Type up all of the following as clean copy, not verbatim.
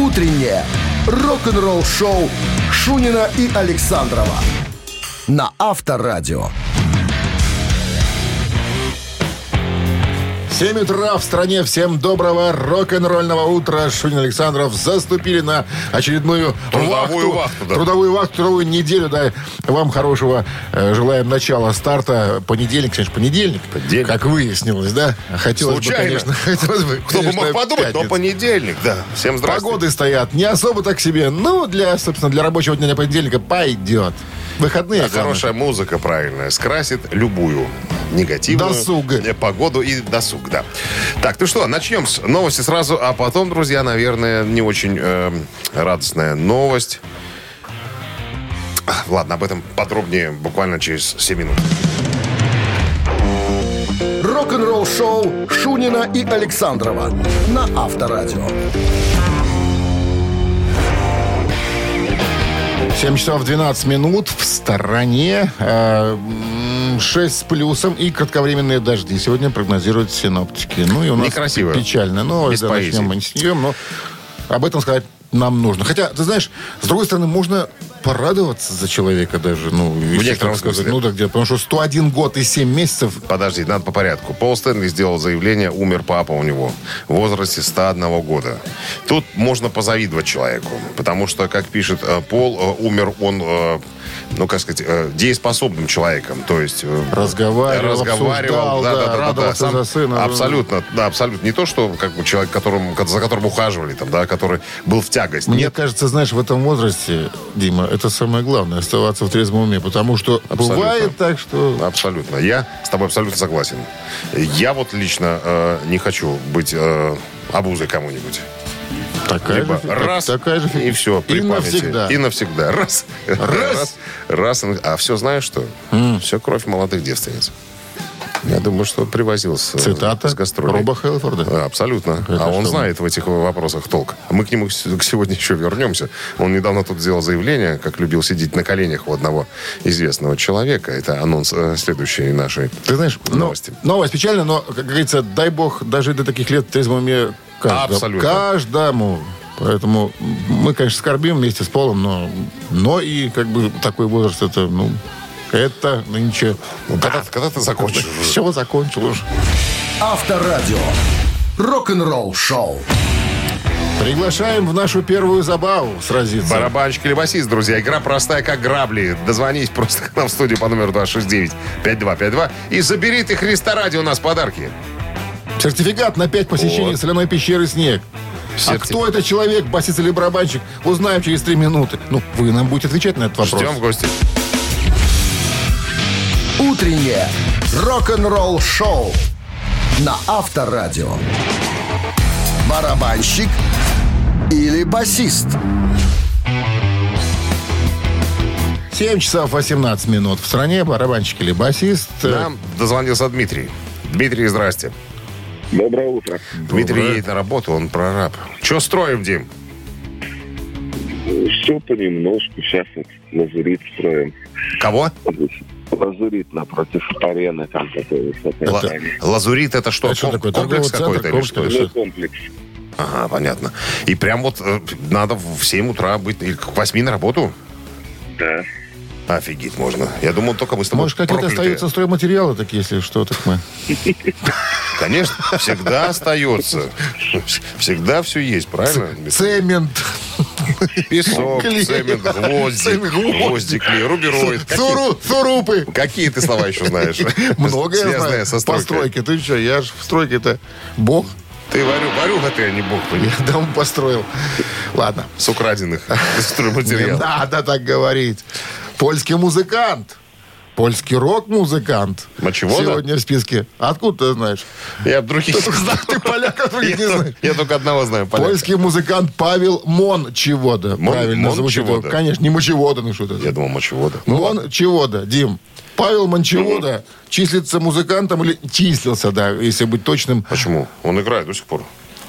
Утреннее рок-н-ролл-шоу Шунина и Александрова на Авторадио. 7 утра в стране. Всем доброго рок-н-ролльного утра. Шунин, Александров заступили на очередную трудовую вахту, трудовую неделю. Да. Вам хорошего желаем начала старта. Понедельник, конечно, понедельник. Как выяснилось, да? Хотелось бы, конечно, кто бы мог подумать, но понедельник, да. Всем здравствуйте. Погоды стоят не особо так себе. Ну, для рабочего дня, для понедельника пойдет. Выходные. А хорошая музыка, правильная, скрасит любую негативную погоду и досуг, да. Так, ну что, начнем с новости сразу, а потом, друзья, наверное, не очень радостная новость. Ладно, об этом подробнее буквально через 7 минут. Рок-н-ролл-шоу Шунина и Александрова на Авторадио. 7 часов 12 минут в стороне. 6 с плюсом и кратковременные дожди. Сегодня прогнозируют синоптики. Ну и у нас некрасиво. Печально. Но да, начнем мы с нее, но об этом сказать нам нужно. Хотя, ты знаешь, с другой стороны, можно порадоваться за человека даже. Ну, в некотором смысле. Ну, да, потому что 101 год и 7 месяцев... Подожди, надо по порядку. Пол Стэнли сделал заявление, умер папа у него в возрасте 101 года. Тут можно позавидовать человеку, потому что, как пишет Пол, умер он... дееспособным человеком. То есть разговаривал, радовался за сына. Абсолютно, да, абсолютно. Не то, что как бы человек, за которым ухаживали, там, да, который был в тягость. Мне кажется, знаешь, в этом возрасте, Дима, это самое главное, оставаться в трезвом уме, потому что бывает так, что... Абсолютно. Я с тобой абсолютно согласен. Я вот лично не хочу быть обузой кому-нибудь. Такая же и все, при памяти. И навсегда. Раз. А все знаешь что? Все кровь молодых девственниц. Я думаю, что привозил с гастролей. Роба Хелфорда. Абсолютно. Он знает в этих вопросах толк. Мы к нему сегодня еще вернемся. Он недавно тут сделал заявление, как любил сидеть на коленях у одного известного человека. Это анонс следующей нашей новости. Новость печальная, но, как говорится, дай бог дожить до таких лет в трезвом уме каждому. Поэтому мы, конечно, скорбим вместе с Полом, но и как бы такой возраст, это ничего. Когда ты закончишь? Все, закончил уже. Авторадио. Рок-н-ролл шоу. Приглашаем в нашу первую забаву сразиться. Барабанщик или басист, друзья. Игра простая, как грабли. Дозвонись просто к нам в студию по номеру 269-5252 и забери ты Христа ради у нас подарки. Сертификат на 5 посещений соляной пещеры «Снег». А кто это человек, басист или барабанщик, узнаем через 3 минуты. Ну, вы нам будете отвечать на этот вопрос. Ждем в гости. Утреннее рок-н-ролл шоу на Авторадио. Барабанщик или басист? 7 часов 18 минут в стране. Барабанщик или басист? Нам дозвонился Дмитрий. Дмитрий, здрасте. Доброе утро. Дмитрий едет на работу, он прораб. Че строим, Дим? Все понемножку. Сейчас вот лазурит строим. Кого? Лазурит напротив арены. Там такой лазурит это что? Это такое? Комплекс какой-то или что? Комплекс. Ага, понятно. И прям вот надо в 7 утра быть, или к 8 на работу? Да. Офигеть можно. Я думал, только мы с тобой может, какие-то остаются стройматериалы, так если что, так мы... Конечно, всегда остается. Всегда все есть, правильно? Цемент. Песок, цемент, гвозди, клей, рубероид. Сурупы. Какие ты слова еще знаешь? Многое я знаю. Со постройки. Ты что, я же в стройке-то бог. Ты варюга, ты, а не бог. Я дом построил. Ладно. С украденных стройматериалов. Надо так говорить. Польский музыкант. Польский рок-музыкант. Мочевода? Сегодня в списке. Откуда ты знаешь? Я других не знаю. Ты поляка других не знаешь. Я только одного знаю. Польский музыкант Павел Мончевода. Правильно звучит. Конечно, не Мочевода. Ну что это? Я думал Мочевода. Мончевода, Дим. Павел Мончевода числится музыкантом или числился, да, если быть точным. Почему? Он играет до сих пор.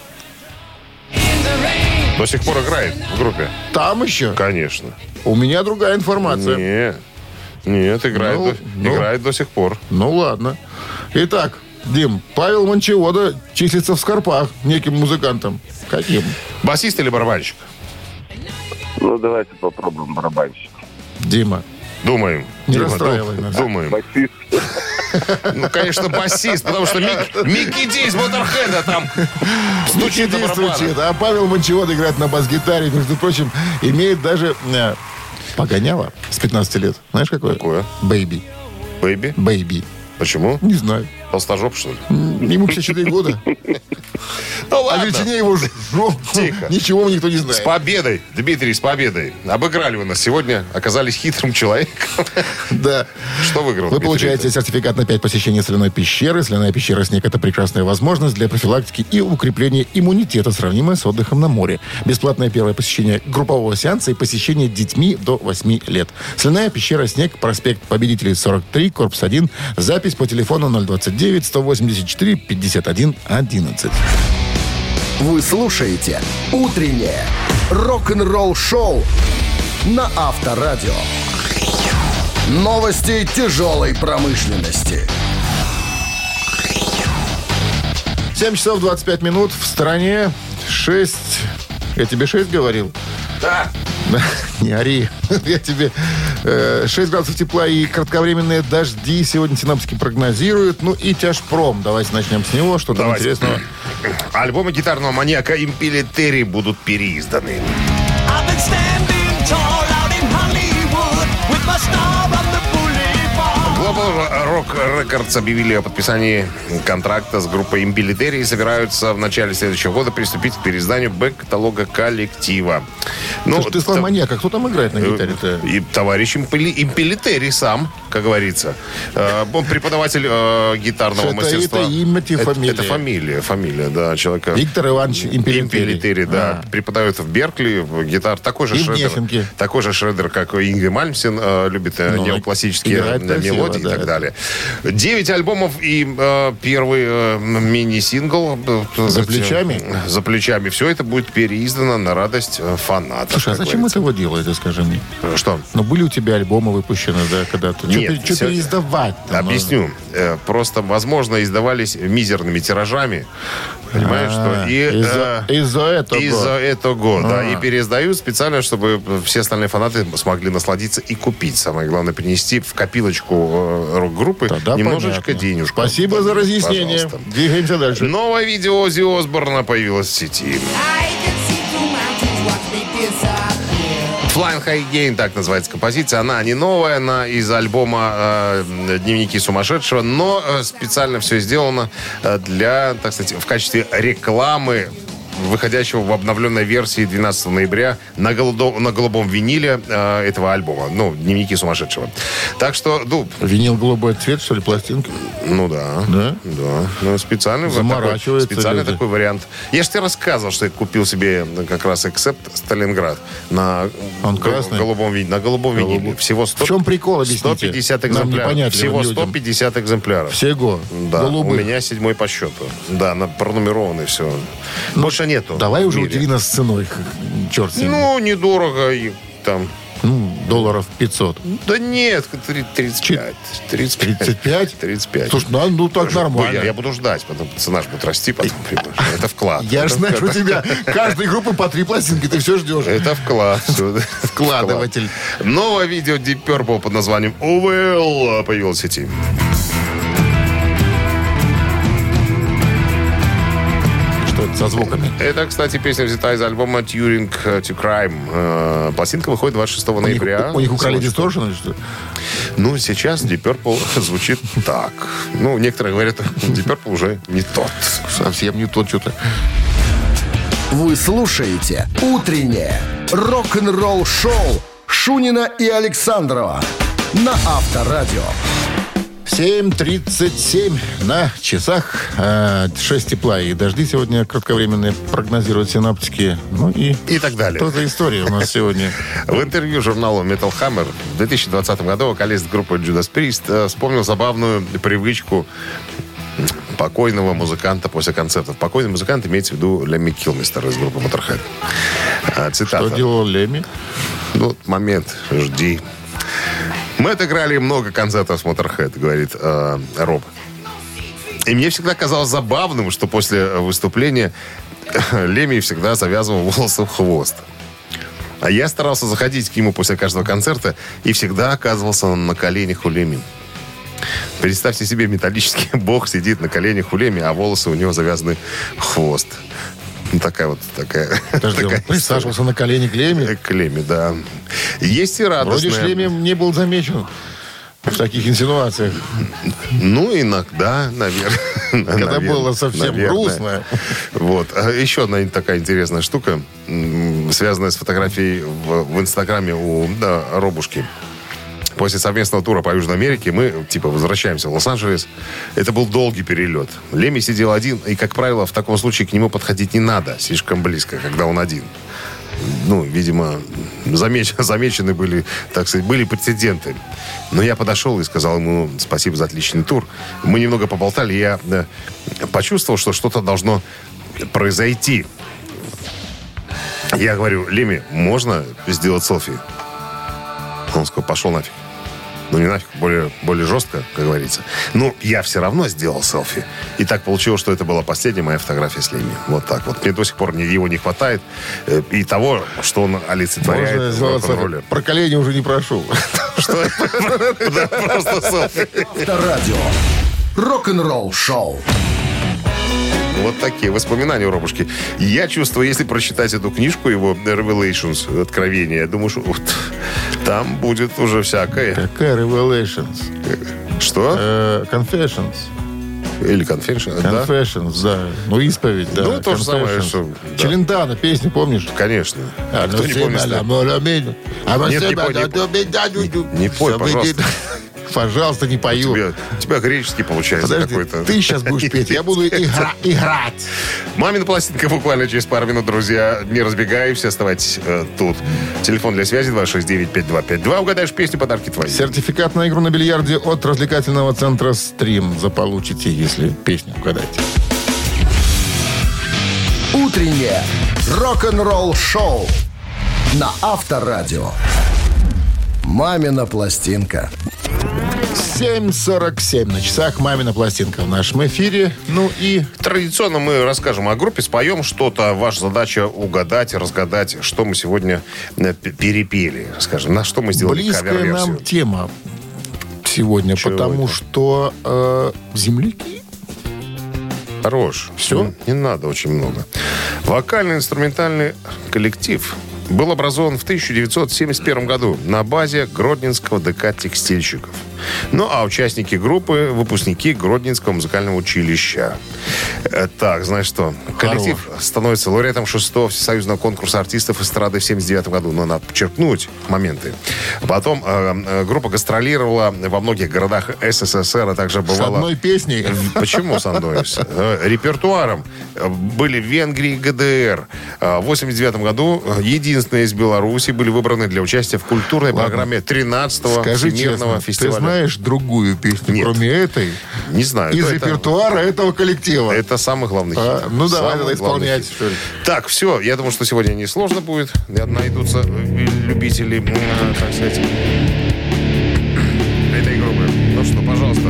До сих пор играет в группе. Там еще? Конечно. У меня другая информация. Нет, играет до сих пор. Ну ладно. Итак, Дим, Павел Мончевода числится в Скорпах неким музыкантом. Каким? Басист или барабанщик? Ну, давайте попробуем барабанщик. Дима. Думаем. Не Дима, расстраивай нас. Думаем. Басист. Ну, конечно, басист, потому что Микки Ди из Моторхеда там стучит на барабанах. А Павел Мончевода играет на бас-гитаре. Между прочим, имеет даже погоняло с 15 лет. Знаешь, какое? Какое? Бэйби. Бэйби? Бэйби. Почему? Не знаю. Толстожоп, что ли? Ему 54 года. Ну О ладно. величине его Тихо. ничего никто не С знает. победой, Дмитрий, с победой. Обыграли вы нас сегодня, оказались хитрым человеком. Да. Что выиграл? Вы Дмитрий? получаете сертификат на 5 посещений соляной пещеры. Соляная пещера «Снег» — это прекрасная возможность для профилактики и укрепления иммунитета, сравнимая с отдыхом на море. Бесплатное первое посещение группового сеанса и посещение детьми до 8 лет. Соляная пещера «Снег», проспект Победителей, 43, корпус 1. Запись по телефону 029-184-51-11. Вы слушаете «Утреннее рок-н-ролл-шоу» на Авторадио. Новости тяжелой промышленности. 7 часов 25 минут. В стране 6... Я тебе 6 говорил? Да. Не ори. Я тебе 6 градусов тепла и кратковременные дожди сегодня синоптики прогнозируют. Ну и тяжпром. Давайте начнем с него. Что там Давайте. интересного? Альбомы гитарного маньяка Импеллитери будут переизданы. Global Rock Records объявили о подписании контракта с группой Импеллитери и собираются в начале следующего года приступить к переизданию бэк-каталога коллектива. Слушай, ты сказал маньяк, а кто там играет на гитаре-то? И товарищ Импеллитери сам, как говорится. Он преподаватель гитарного мастерства. Это имя, фамилия. Это фамилия, да, человека. Виктор Иванович Импеллитери. Да. Преподает в Беркли гитар. Такой же И в шредер. Нефинке. Такой же шредер, как и Ингви Мальмсен. Любит неоклассические играет красиво, мелодии да, и так далее. 9 альбомов и первый мини-сингл. За плечами? За плечами. Все это будет переиздано на радость фанатов. Слушай, а зачем это его делаете, скажи мне? Что? Ну, были у тебя альбомы выпущены, да, когда-то? Нет, Что переиздавать? Объясню. Просто, возможно, издавались мизерными тиражами. Понимаешь, что? Из-за этого. Да. И переиздают специально, чтобы все остальные фанаты смогли насладиться и купить. Самое главное, принести в копилочку рок-группы Тогда немножечко понятно. денежку. Спасибо за разъяснение. Пожалуйста. Двигаемся дальше. Новое видео Оззи Осборна появилось в сети. Flying High Gain, так называется композиция. Она не новая, она из альбома «Дневники сумасшедшего», но специально все сделано для, так сказать, в качестве рекламы выходящего в обновленной версии 12 ноября на голубом виниле этого альбома. Ну, «Дневники сумасшедшего». Так что, Винил голубой цвет, что ли, пластинка? Ну да. Да? Да. Ну, специальный Заморачивается люди. такой вариант. Я же тебе рассказывал, что я купил себе как раз «Эксепт Сталинград» на голубом виниле. Всего 100, в чем прикол, объясните? 150 Нам экземпляров. непонятливым Всего людям. 150 экземпляров. Всего? Да, Голубых. у меня 7-й по счету. Да, пронумерованный все. Больше нету. Давай в уже мире. удиви нас ценой. Черт с ним. Ну, недорого. И там... долларов 500. Да нет, 35. 35? 35. Слушай, так нормально. Я буду ждать, потом цена же будет расти, потом это вклад. Я же знаю, что у тебя каждой группы по 3 пластинки, ты все ждешь. Это вклад. Вкладыватель. Новое видео Deep Purple под названием «Well» появилось в сети. Что это со звуками? Это, кстати, песня взята из альбома «Turing to Crime». Пластинка выходит 26 ноября. У них украли дисторшн или что? Ну, сейчас Deep Purple звучит так. Ну, некоторые говорят, Deep Purple уже не тот. Совсем не тот что-то. Вы слушаете «Утреннее рок-н-ролл-шоу» Шунина и Александрова на Авторадио. 7:37 на часах. 6 тепла и дожди сегодня кратковременные прогнозируют синоптики. Ну и так далее. Что за история у нас сегодня? В интервью журналу Metal Hammer в 2020 году вокалист группы Judas Priest вспомнил забавную привычку покойного музыканта после концертов. Покойный музыкант имеется в виду Лемми Килмистер из группы Motorhead. Цитата. Что делал Лемми? Ну, момент, жди. Мы отыграли много концертов с Motorhead, говорит Роб. И мне всегда казалось забавным, что после выступления Леми всегда завязывал волосы в хвост. А я старался заходить к нему после каждого концерта и всегда оказывался на коленях у Леми. Представьте себе, металлический бог сидит на коленях у Леми, а волосы у него завязаны в хвост. Такая. Подожди, он присаживался на колени к Леми? К Леми, да. Есть и радостная. Вроде Леми не был замечен в таких инсинуациях. Ну, иногда, наверное. Когда было совсем грустно. Вот. Еще одна такая интересная штука, связанная с фотографией в Инстаграме у Робушки. После совместного тура по Южной Америке мы, возвращаемся в Лос-Анджелес. Это был долгий перелет. Леми сидел один, и, как правило, в таком случае к нему подходить не надо слишком близко, когда он один. Ну, видимо, замечены были, так сказать, были прецеденты. Но я подошел и сказал ему спасибо за отличный тур. Мы немного поболтали, и я почувствовал, что что-то должно произойти. Я говорю: Леми, можно сделать селфи? Он сказал: пошел нафиг. Ну, не нафиг, более жестко, как говорится. Но я все равно сделал селфи. И так получилось, что это была последняя моя фотография с Леми. Вот так вот. Мне до сих пор его не хватает. И того, что он олицетворяет в рок-н-ролле. Про колени уже не прошу. Что? Да, просто селфи. Авторадио. Рок-н-ролл шоу. Вот такие воспоминания у Робушки. Я чувствую, если прочитать эту книжку, его Revelations, Откровения, я думаю, что там будет уже всякое. Какая Revelations? Что? Confessions. Или Confessions, да? Confessions, да. Ну, исповедь, да. Ну, то же самое, что... Да. Челентано, песню помнишь? Конечно. Кто не помнит? Нет, не пой, пожалуйста. Пожалуйста, не пою. У тебя греческий получается. Подожди, какой-то. Ты сейчас будешь петь, я буду играть. «Мамина пластинка» буквально через пару минут, друзья. Не разбегаемся, оставайтесь тут. Телефон для связи 269-5252. Угадаешь песню, подарки твои. Сертификат на игру на бильярде от развлекательного центра «Стрим» заполучите, если песню угадаете. Утреннее рок-н-ролл шоу на Авторадио. «Мамина пластинка». 7:47 на часах. «Мамина пластинка» в нашем эфире. Ну и... Традиционно мы расскажем о группе, споем что-то. Ваша задача угадать, разгадать, что мы сегодня перепели. Скажем, на что мы сделали близкая кавер-версию. нам тема сегодня, чего потому это? что земляки. Хорош. Все? Не надо очень много. Вокально-инструментальный коллектив был образован в 1971 году на базе Гродненского ДК текстильщиков. Ну, а участники группы – выпускники Гродненского музыкального училища. Так, знаешь что? Коллектив становится лауреатом 6-го всесоюзного конкурса артистов эстрады в 1979 году. Но надо подчеркнуть моменты. Потом группа гастролировала во многих городах СССР, а также бывала... С одной песней? Почему с одной? Репертуаром были в Венгрии, ГДР. В 1989 году единственные из Беларуси были выбраны для участия в культурной программе 13-го Всемирного фестиваля. Ты знаешь другую песню, Нет. кроме этой? Не знаю. Из репертуара этого коллектива. Это самый главный хит. Ну, давай Самый исполнять. главный хит. Так, все. Я думаю, что сегодня не сложно будет. Найдутся любители, так сказать, этой группы. Ну что, пожалуйста.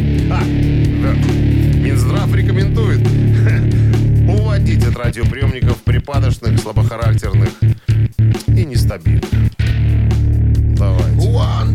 Минздрав рекомендует уводить от радиоприемников припадочных, слабохарактерных и нестабильных. Давайте.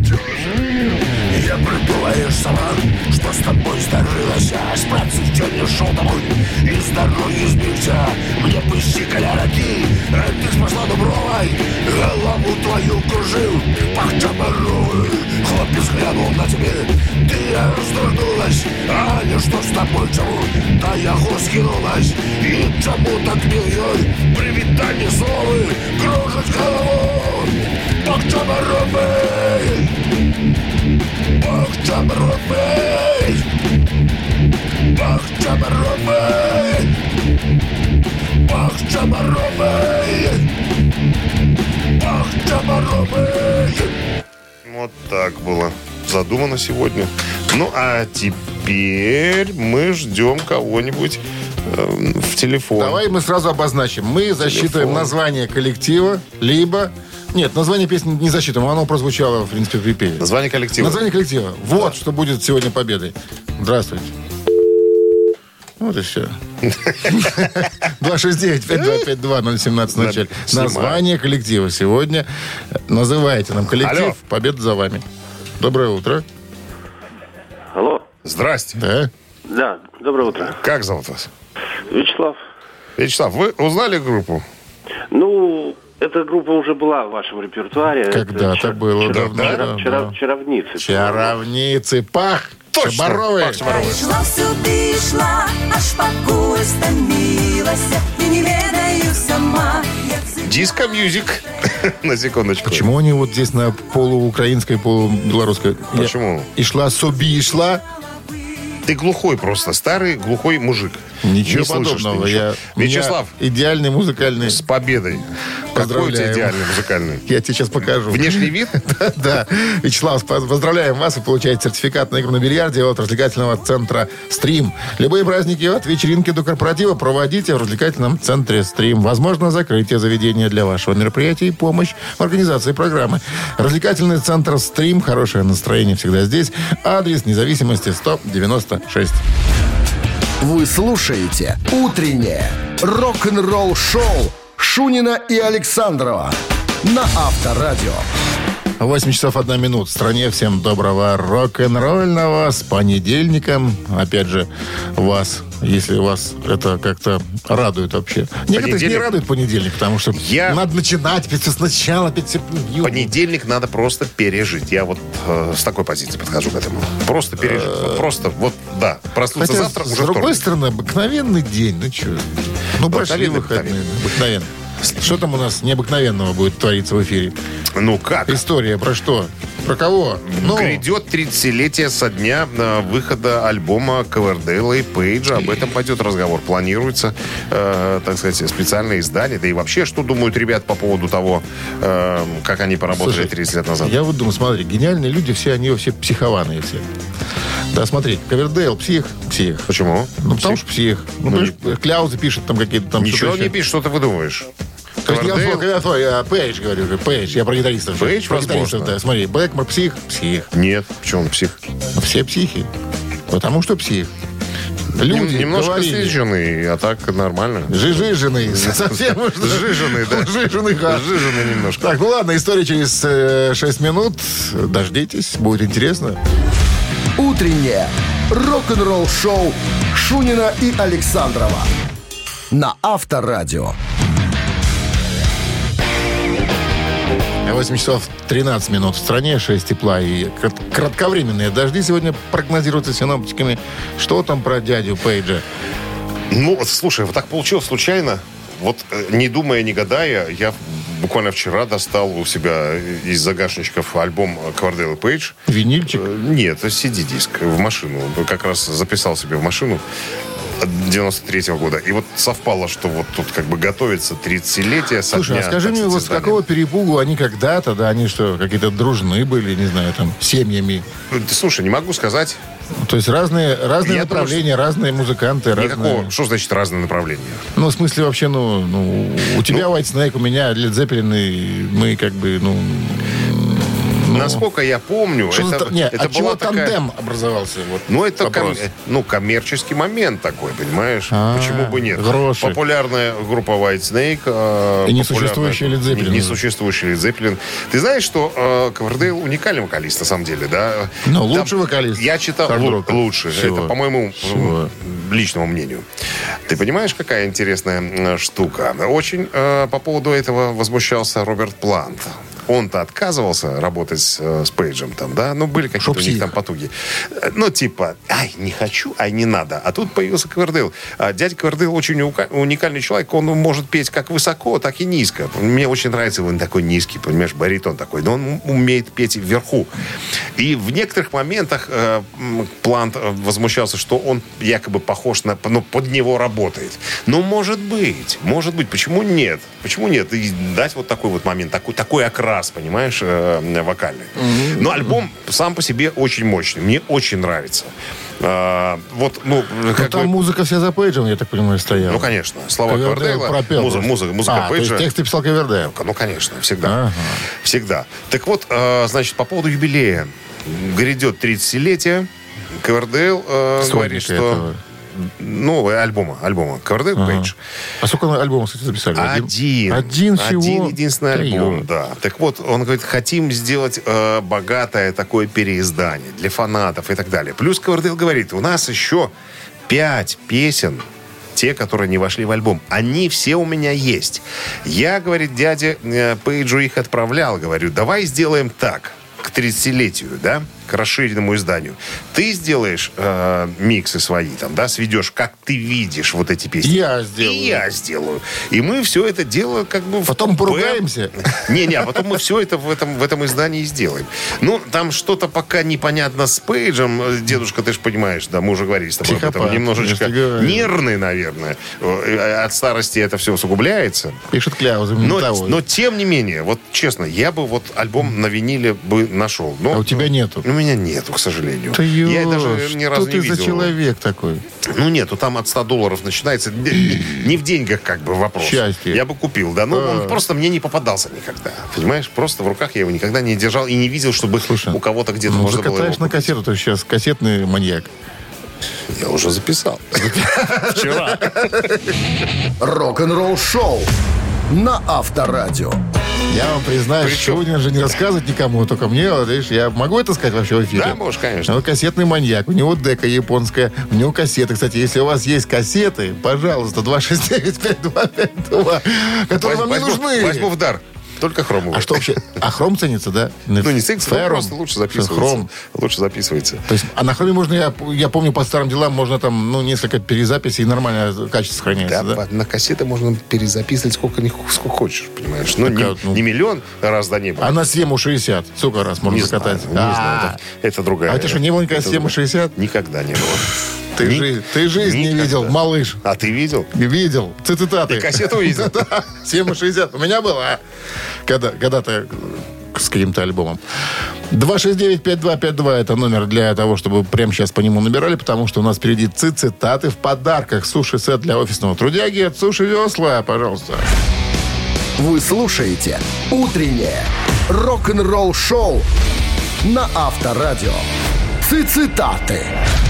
Я прибываешь сама, что с тобой сдружилась. С працы в день не шел домой, и с дороги сбился. Мне пощикали раки, ты спасла добровой. Голову твою кружил, пахча боровый. Хлопец глянул на тебе, ты раздрогнулась. Аня, что с тобой, чему? Да я скинулась. И чему так милой? Привитание словы, кружить голову. Пахча боровый. Пахча боровый. Пахча боровый. Пахча боровый. Пахча боровый. Вот так было задумано сегодня. Ну, а теперь мы ждем кого-нибудь в телефон. Давай мы сразу обозначим. Мы засчитываем название коллектива, либо... Нет, название песни не засчитываем. Оно прозвучало, в принципе, в припеве. Название коллектива. Название коллектива. Вот, что будет сегодня победой. Здравствуйте. Вот и все. 269-5252-017 в начале. Название коллектива сегодня. Называйте нам коллектив. Алло. Победа за вами. Доброе утро. Алло. Здрасте. Да. Да, доброе утро. Как зовут вас? Вячеслав. Вячеслав, вы узнали группу? Ну, эта группа уже была в вашем репертуаре. Когда-то было давно. Чаровницы. Чаровницы. Пах! Точно. Шабаровы. Шла сюди, шла, аж покуль стомилась, и не ведаю сама. Диско-мьюзик. На секундочку. Почему они вот здесь на полуукраинской, полубелорусской? Почему? И шла соби, и шла. Ты глухой просто. Старый глухой мужик. Ничего Не слышишь подобного. ты ничего. Вячеслав. Идеальный музыкальный. С победой. Какой у тебя Поздравляем. идеальный музыкальный? Я тебе сейчас покажу. Внешний вид? Да. Вячеслав, поздравляем вас. Вы получаете сертификат на игру на бильярде от развлекательного центра «Стрим». Любые праздники от вечеринки до корпоратива проводите в развлекательном центре «Стрим». Возможно, закрытие заведения для вашего мероприятия и помощь в организации программы. Развлекательный центр «Стрим». Хорошее настроение всегда здесь. Адрес Независимости 196. Вы слушаете «Утреннее рок-н-ролл-шоу» Шунина и Александрова на Авторадио. 8 часов 1 минута. В стране всем доброго рок-н-ролльного с понедельником. Опять же, вас, если вас это как-то радует вообще. Некоторых не радует понедельник, потому что надо начинать опять все сначала. Понедельник надо просто пережить. Я вот с такой позиции подхожу к этому. Просто пережить. Просто, да. Проснуться завтра уже с другой стороны, обыкновенный день. Ну что? Ну, большие выходные. Обыкновенно. Что там у нас необыкновенного будет твориться в эфире? Ну как? История про что? Про кого? Грядет 30-летие со дня выхода альбома Ковердейла и Пейджа. Об этом пойдет разговор. Планируется, так сказать, специальное издание. Да и вообще, что думают ребят по поводу того, как они поработали 30 лет назад? Я вот думаю, смотри, гениальные люди, все они все психованные все. Да, смотри, Ковердейл псих. Почему? Ну, потому что псих. Кляузы пишет там какие-то там... Ничего не пишет, что ты выдумываешь. Я Пейдж говорю, Пейдж, я про гитаристов. Пейдж, возможно. Да. Смотри, Блэкмор псих. Нет, почему он псих? Все психи. Потому что псих. Люди немножко слеженный, а так нормально. Жиженый. Совсем Жиженый, да. Жиженый немножко. Так, ну ладно, история через 6 минут. Дождитесь, будет интересно. Утреннее рок-н-ролл-шоу Шунина и Александрова на Авторадио. 8 часов 13 минут в стране, 6 тепла и кратковременные дожди сегодня прогнозируются синоптиками. Что там про дядю Пейджа? Ну, слушай, вот так получилось случайно. Вот не думая, не гадая, я буквально вчера достал у себя из загашничков альбом Ковердейл и Пейдж. Винильчик? Нет, CD-диск в машину. Как раз записал себе в машину 93-го года. И вот совпало, что вот тут как бы готовится 30-летие со Слушай, дня, а скажи мне, вот с какого перепугу они когда-то, да, они что, какие-то дружны были, не знаю, там, семьями? Слушай, не могу сказать. То есть разные направления, разные музыканты. Никакого. Что значит разные направления? Ну, в смысле, вообще, у тебя White Snake, у меня Led Zeppelin, и мы как бы, насколько я помню, это от чего тандем образовался? Вот, ну, это коммерческий момент такой, понимаешь? Почему бы нет? Гроши. Популярная группа White Snake. И несуществующий Led Zeppelin. Несуществующий Led Zeppelin. Ты знаешь, что Ковердейл уникальный вокалист, на самом деле, да? Ну, лучший вокалист. Я читал лучше. Это, по моему личному мнению. Ты понимаешь, какая интересная штука? Очень по поводу этого возмущался Роберт Плант. Он-то отказывался работать с Пейджем там, да? Ну, были какие-то у них там потуги. Ну, типа, не хочу, не надо. А тут появился Ковердейл. Дядя Ковердейл очень уникальный человек. Он может петь как высоко, так и низко. Мне очень нравится, он такой низкий, понимаешь, баритон такой. Но он умеет петь вверху. И в некоторых моментах Плант возмущался, что он якобы похож на... под него работает. Ну, может быть. Почему нет? И дать вот такой вот момент, такой окрас, понимаешь, вокальный. Но альбом сам по себе очень мощный. Мне очень нравится. Там музыка вся за Пейджем, я так понимаю, стояла. Ну, конечно. Слова Ковердейла. Музыка Пейджа. То есть тексты писал Ковердейл. Ну, конечно, всегда. Всегда. Так вот, значит, по поводу юбилея. Грядет 30-летие. Ковердейл говорит, что... альбома Coverdale Page. А сколько альбомов, кстати, записали? Один всего? Один единственный альбом, Ё. да. Так вот, он говорит, хотим сделать богатое такое переиздание для фанатов и так далее. Плюс Coverdale говорит, у нас еще 5 песен, те, которые не вошли в альбом. Они все у меня есть. Я, говорит, дяде Пейджу их отправлял. Говорю, давай сделаем так, к 30-летию, да, к расширенному изданию. Ты сделаешь миксы свои, там, да, сведешь, как ты видишь вот эти песни. Я сделаю. И я сделаю. И мы все это дело как бы... Потом поругаемся. А потом мы все это в этом издании сделаем. Ну, там что-то пока непонятно с Пейджем. Дедушка, ты же понимаешь, да, мы уже говорили с тобой об этом. Немножечко нервный, наверное. От старости это все усугубляется. Пишет Кляуза. Но тем не менее, вот честно, я бы вот альбом на виниле бы нашел. А у тебя нету? У меня нету, к сожалению. Я даже ни разу не видел. Что ты за человек такой? Ну, нету, там от $100 начинается. Не в деньгах как бы вопрос. Счастье. Я бы купил, да. Но он просто мне не попадался никогда. Понимаешь? Просто в руках я его никогда не держал и не видел, чтобы у кого-то где-то можно было его закатаешь на кассету, ты сейчас кассетный маньяк. Я уже записал. Вчера. Рок-н-ролл шоу на Авторадио. Я вам признаюсь, Шунин же не рассказывает никому, только мне, вот, видишь, я могу это сказать вообще в эфире? Да, можешь, конечно. Он кассетный маньяк, у него дека японская, у него кассеты. Кстати, если у вас есть кассеты, пожалуйста, 269-5252, которые вам не нужны. Возьму в дар. Только хромовый. А что вообще? А хром ценится, да? Ну, не ценится, но просто лучше записывается. Хром. Лучше записывается. То есть, а на хроме можно, я помню, по старым делам можно там, несколько перезаписей, и нормальное качество сохраняется, да? На кассеты можно перезаписывать сколько хочешь, понимаешь. Ну, не миллион раз до неба. А на 7,60 сколько раз можно закатать? Не знаю, это другая. А это что, не было никогда 7,60? Никогда не было. Ты жизнь не видел, малыш. А ты видел? Видел. Цитаты. Ты кассету видел? 7,60. У меня было, когда-то с каким-то альбомом. 269-5252 это номер для того, чтобы прямо сейчас по нему набирали, потому что у нас впереди цитаты в подарках. Суши-сет для офисного трудяги от Суши Весла. Пожалуйста. Вы слушаете «Утреннее рок-н-ролл-шоу» на Авторадио. Цитаты.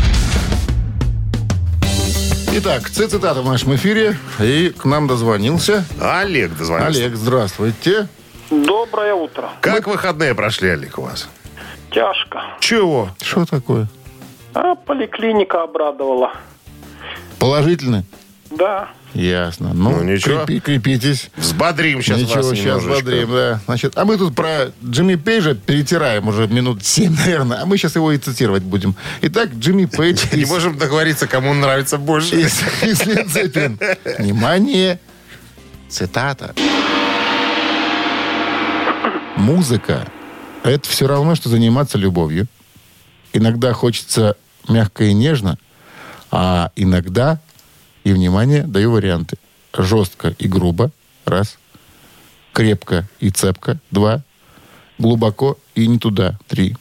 Итак, цитаты в нашем эфире. И к нам дозвонился Олег дозвонился. Олег, здравствуйте. Доброе утро. Как выходные прошли, Олег, у вас? Тяжко. Чего? Что такое? А поликлиника обрадовала. Положительно? Да. Ясно. Ну ничего. Крепитесь. Взбодрим сейчас ничего, вас сейчас взбодрим, да. Значит, а мы тут про Джимми Пейджа перетираем уже минут 7, наверное. А мы сейчас его и цитировать будем. Итак, Джимми Пейдж... Не можем договориться, кому он нравится больше. Из Led Zeppelin. Внимание. Цитата. Музыка — это все равно, что заниматься любовью. Иногда хочется мягко и нежно, а иногда, и, внимание, даю варианты. Жестко и грубо — раз. Крепко и цепко — два. Глубоко и не туда — три.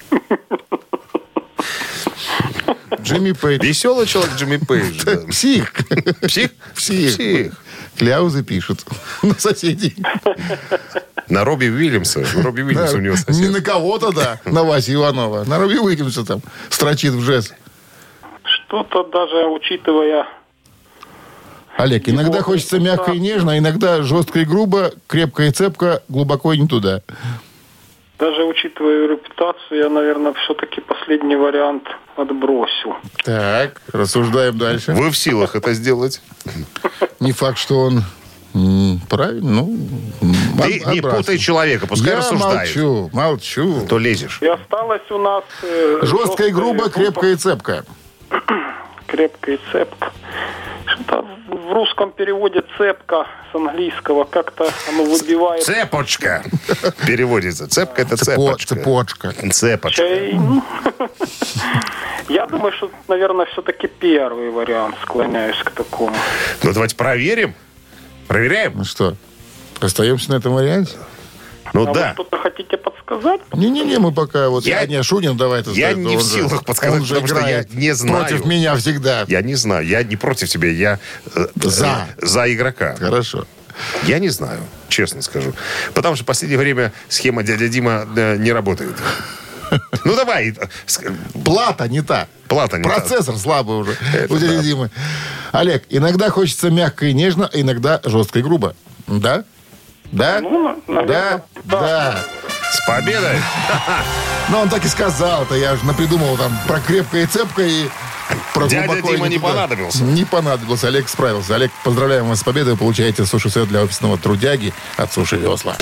Джимми Пейдж. Веселый человек Джимми Пейдж. Да. Псих. Псих? Псих. Кляузы пишут на соседей. На Робби Уильямса. Робби Уильямс у него сосед. Не на кого-то, да. На Васю Иванова. На Робби Уильямса там строчит в жест. Что-то даже учитывая... Олег, иногда хочется мягко и нежно, а иногда жестко и грубо, крепко и цепко, глубоко и не туда. Даже учитывая репутацию, я, наверное, все-таки последний вариант отбросил. Так, рассуждаем дальше. Вы в силах это сделать? Не факт, что он правильно, Ты не путай человека, пускай рассуждает. Я молчу. То лезешь. И осталось у нас... жестко и грубо, крепко и цепко. Крепко и цепко. Что-то в русском переводе цепка с английского как-то оно выбивает. Цепочка переводится. Цепка — это цепочка. Цепочка. Цепочка. Я думаю, что, наверное, все-таки первый вариант, склоняюсь к такому. Ну, давайте проверим. Проверяем? Ну что, остаемся на этом варианте? Ну а да. вы что-то хотите подсказать? Не-не-не, мы пока вот... Шунин, давай это я не в силах подсказать, потому что я не знаю. Против меня всегда. Я не знаю. Я не против тебя, я за игрока. Хорошо. Я не знаю, честно скажу. Потому что в последнее время схема «Дядя Дима» не работает. Ну, давай. Плата не та. Плата не та. Процессор слабый уже. У дяди Димы. Олег, иногда хочется мягко и нежно, а иногда жестко и грубо. Да? Да? Ну, наверное, Да. С победой! Ну, он так и сказал-то. Я же напридумал там про крепкое и цепкое и про Дядя глубоко и Дима не туда. понадобился. Не понадобился. Олег справился. Олег, поздравляем вас с победой. Вы получаете суши-сет для офисного трудяги от Суши Весла.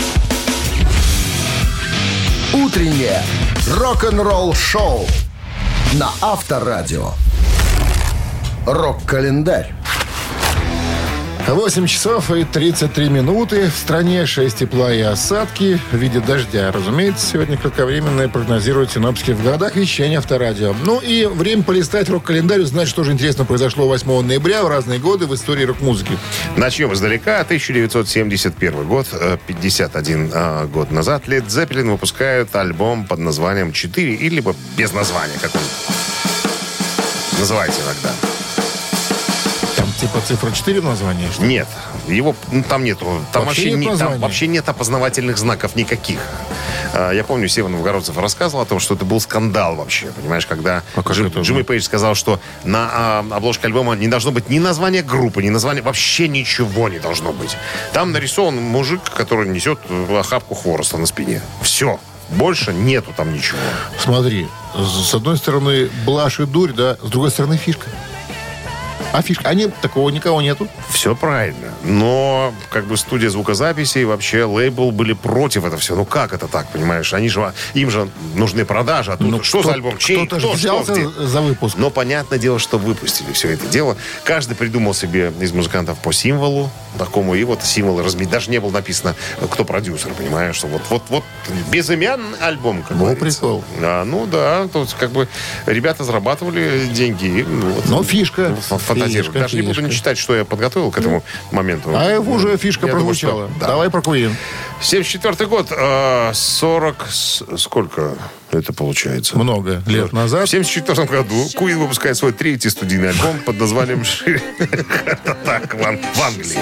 Утреннее рок-н-ролл-шоу на Авторадио. Рок-календарь. 8 часов и 33 минуты. В стране 6 тепла и осадки в виде дождя. Разумеется, сегодня кратковременное прогнозируют синоптики в городах вещания Авторадио. Ну и время полистать рок-календарь, узнать, что же интересно произошло 8 ноября в разные годы в истории рок-музыки. Начнем издалека. 1971 год. 51 год назад Led Zeppelin выпускают альбом под названием «4» или без названия, как он называется иногда. Там типа цифра 4 в названии? Что? Нет, его там нету. Там Вообще нет опознавательных знаков никаких. Я помню, Сева Новгородцев рассказывал о том, что это был скандал вообще, понимаешь, когда Джимми Пейдж сказал, что на обложке альбома не должно быть ни названия группы, ни названия, вообще ничего не должно быть. Там нарисован мужик, который несет охапку хвороста на спине. Все. Больше нету там ничего. Смотри, с одной стороны блажь и дурь, да, с другой стороны фишка. А фишка? А нет, такого никого нету. Все правильно. Но как бы студия звукозаписи и вообще лейбл были против этого все. Ну как это так, понимаешь? Им же нужны продажи. А тут что за альбом? Чей? Кто-то же взялся за выпуск. Но понятное дело, что выпустили все это дело. Каждый придумал себе из музыкантов по символу такому. И вот символы разместили. Даже не было написано, кто продюсер, понимаешь? Что вот безымянный альбом, как говорится. Прикол. Ну да, тут как бы ребята зарабатывали деньги. Но фишка. Фантазировать. Даже не буду не читать, что я подготовил к этому моменту. А уже фишка прозвучала. Да. Давай про Queen. 74 год. 40... Сколько это получается? Много лет назад. В 74 году Queen выпускает свой третий студийный альбом под названием «Так» в Англии.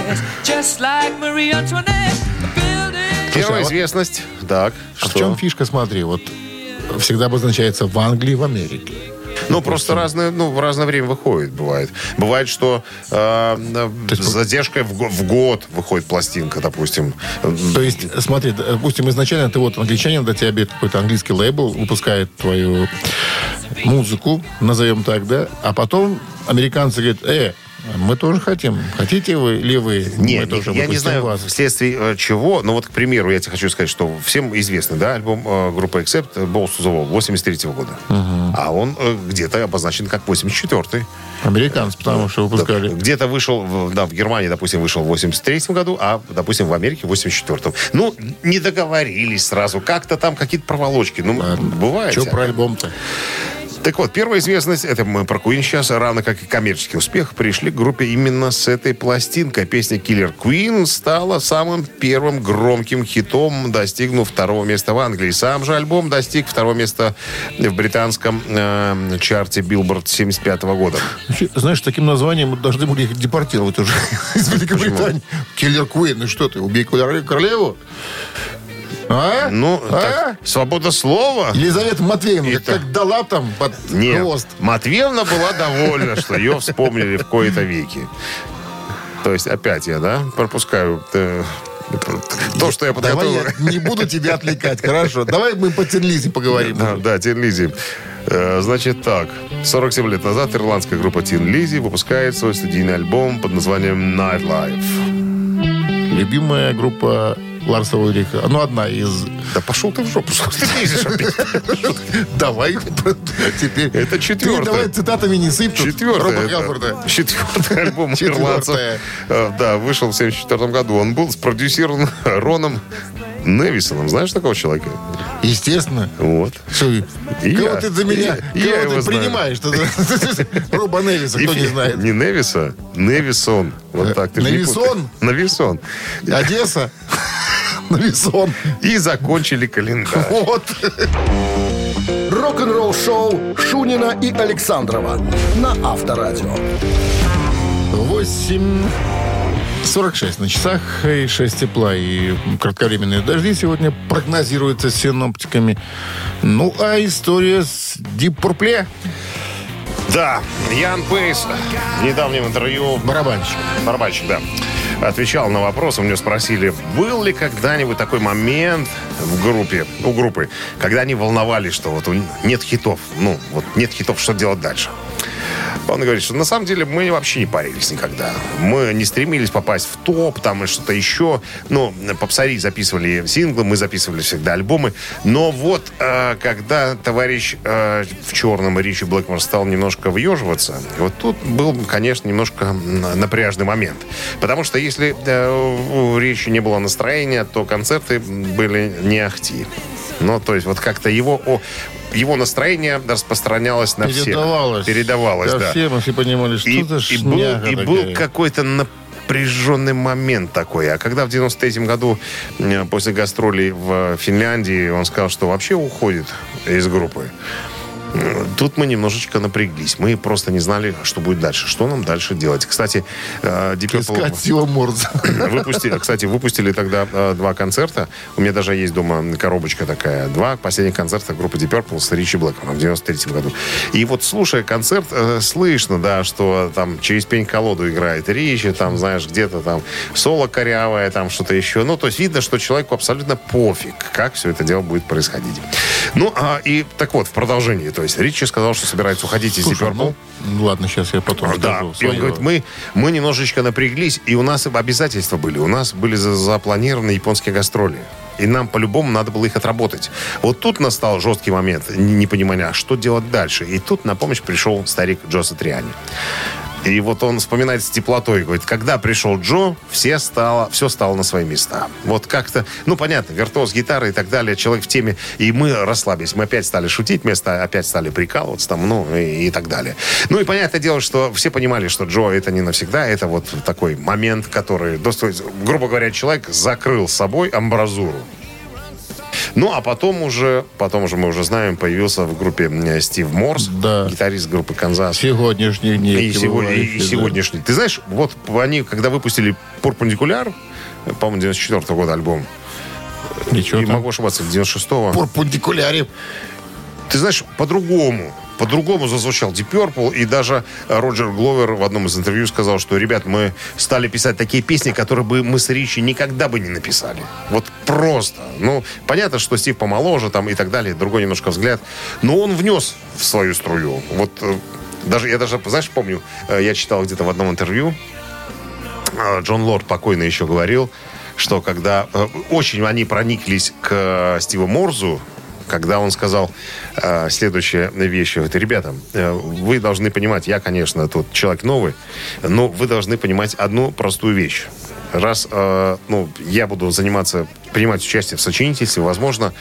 Первая известность. Так, а в чем фишка, смотри, вот всегда обозначается в Англии, в Америке. Ну, просто в разное время выходит, бывает. Бывает, что с задержкой в год выходит пластинка, допустим. То есть, смотри, допустим, изначально ты вот англичанин, до тебя какой-то английский лейбл выпускает твою музыку, назовем так, да, а потом американцы говорят, мы тоже хотим. Хотите вы или вы? Нет, я не знаю, вас. Вследствие чего. Но вот, к примеру, я тебе хочу сказать, что всем известный, да, альбом группы Accept «Balls to the Wall» 83 года. А он где-то обозначен как 84-й. Американцы, потому что выпускали. Где-то вышел, в Германии, допустим, вышел в 83-м году, а, допустим, в Америке в 84-м. Ну, не договорились сразу. Как-то там какие-то проволочки. Ну, бывает. Что про альбом-то? Так вот, первая известность, это мы про Queen сейчас, равно как и коммерческий успех, пришли к группе именно с этой пластинкой. Песня Killer Queen стала самым первым громким хитом, достигнув второго места в Англии. Сам же альбом достиг второго места в британском чарте Billboard 75 года. Знаешь, таким названием мы должны были их депортировать уже из Великобритании. Killer Queen, ну что ты, убей королеву? Так, свобода слова. Елизавета Матвеевна как дала там под хвост. Матвеевна была довольна, что ее вспомнили в кои-то веки. То есть опять я, пропускаю то, что я подготовил. Давай я не буду тебя отвлекать, хорошо. Давай мы по Тин Лизи поговорим. Да, Тин Лизи. Значит так, 47 лет назад ирландская группа Тин Лизи выпускает свой студийный альбом под названием Nightlife. Любимая группа Ларса Ульриха. Ну, одна из... Да пошел ты в жопу, что ты лезешь опять? Давай теперь. Это четвертая. Ты давай цитатами не сыпь. Четвертый альбом ирландцев. Да, вышел в 74 году. Он был спродюсирован Роном Невисоном. Знаешь такого человека? Естественно. Вот. Кого ты за меня? Кого ты принимаешь? Роба Невиса, кто не знает. Не Невиса, Невисон. Вот так. Невисон? Невисон. Одесса. Невисон. И закончили календарь. Вот. Рок-н-ролл-шоу Шунина и Александрова на Авторадио. 8 46 на часах и 6 тепла. И кратковременные дожди сегодня прогнозируются синоптиками. Ну, а история с Deep Purple. Да, Ян Пейс в недавнем интервью... Барабанщик, да. Отвечал на вопрос, у него спросили, был ли когда-нибудь такой момент у группы, когда они волновались, что вот нет хитов, нет хитов, что делать дальше? Он говорит, что на самом деле мы вообще не парились никогда. Мы не стремились попасть в топ, там и что-то еще. Попсари записывали синглы, мы записывали всегда альбомы. Но вот, когда товарищ в черном Ричи Блэкмор стал немножко въеживаться, вот тут был, конечно, немножко напряжный момент. Потому что если у Ричи не было настроения, то концерты были не ахти. То есть вот как-то его настроение распространялось на всех. Передавалось, да. Все понимали, что это шняга и был какой-то напряженный момент такой. А когда в 93-м году после гастролей в Финляндии он сказал, что вообще уходит из группы, тут мы немножечко напряглись. Мы просто не знали, что будет дальше. Что нам дальше делать? Кстати, искать Стива Морза. Выпустили тогда 2 концерта. У меня даже есть дома коробочка такая. 2 последних концерта группы Deep Purple с Ричи Блэкмором в 93-м году. И вот, слушая концерт, слышно, да, что там через пень-колоду играет Ричи, там, знаешь, где-то там соло корявое, там что-то еще. То есть видно, что человеку абсолютно пофиг, как все это дело будет происходить. И так вот, в продолжении. То есть Ричи сказал, что собирается уходить из Deep Purple. Ладно, сейчас я потом скажу. И он говорит, мы немножечко напряглись, и у нас обязательства были. У нас были запланированы японские гастроли. И нам по-любому надо было их отработать. Вот тут настал жесткий момент непонимания, что делать дальше. И тут на помощь пришел старик Джо Сатриани. И вот он вспоминает с теплотой, говорит, когда пришел Джо, все стало на свои места. Вот как-то, понятно, виртуоз гитары и так далее, человек в теме, и мы расслабились. Мы опять стали шутить, опять стали прикалываться там, и так далее. И понятное дело, что все понимали, что Джо это не навсегда, это вот такой момент, который, грубо говоря, человек закрыл собой амбразуру. А потом уже мы уже знаем, появился в группе Стив Морс, да. Гитарист группы «Канзас». Сегодняшний день. И сегодняшний. Ты знаешь, вот они, когда выпустили «Пурпундикуляр», по-моему, 94-го года альбом, и могу ошибаться, 96-го. «Пурпундикуляре». Ты знаешь, по-другому зазвучал Deep Purple, и даже Роджер Гловер в одном из интервью сказал, что, ребят, мы стали писать такие песни, которые бы мы с Ричи никогда бы не написали. Вот просто. Понятно, что Стив помоложе там и так далее, другой немножко взгляд, но он внес в свою струю. Вот я даже, знаешь, помню, я читал где-то в одном интервью, Джон Лорд покойно еще говорил, что когда очень они прониклись к Стиву Морзу, когда он сказал следующие вещи. Говорит, ребята, вы должны понимать, я, конечно, тут человек новый, но вы должны понимать одну простую вещь. Раз я буду принимать участие в сочинительстве, возможно,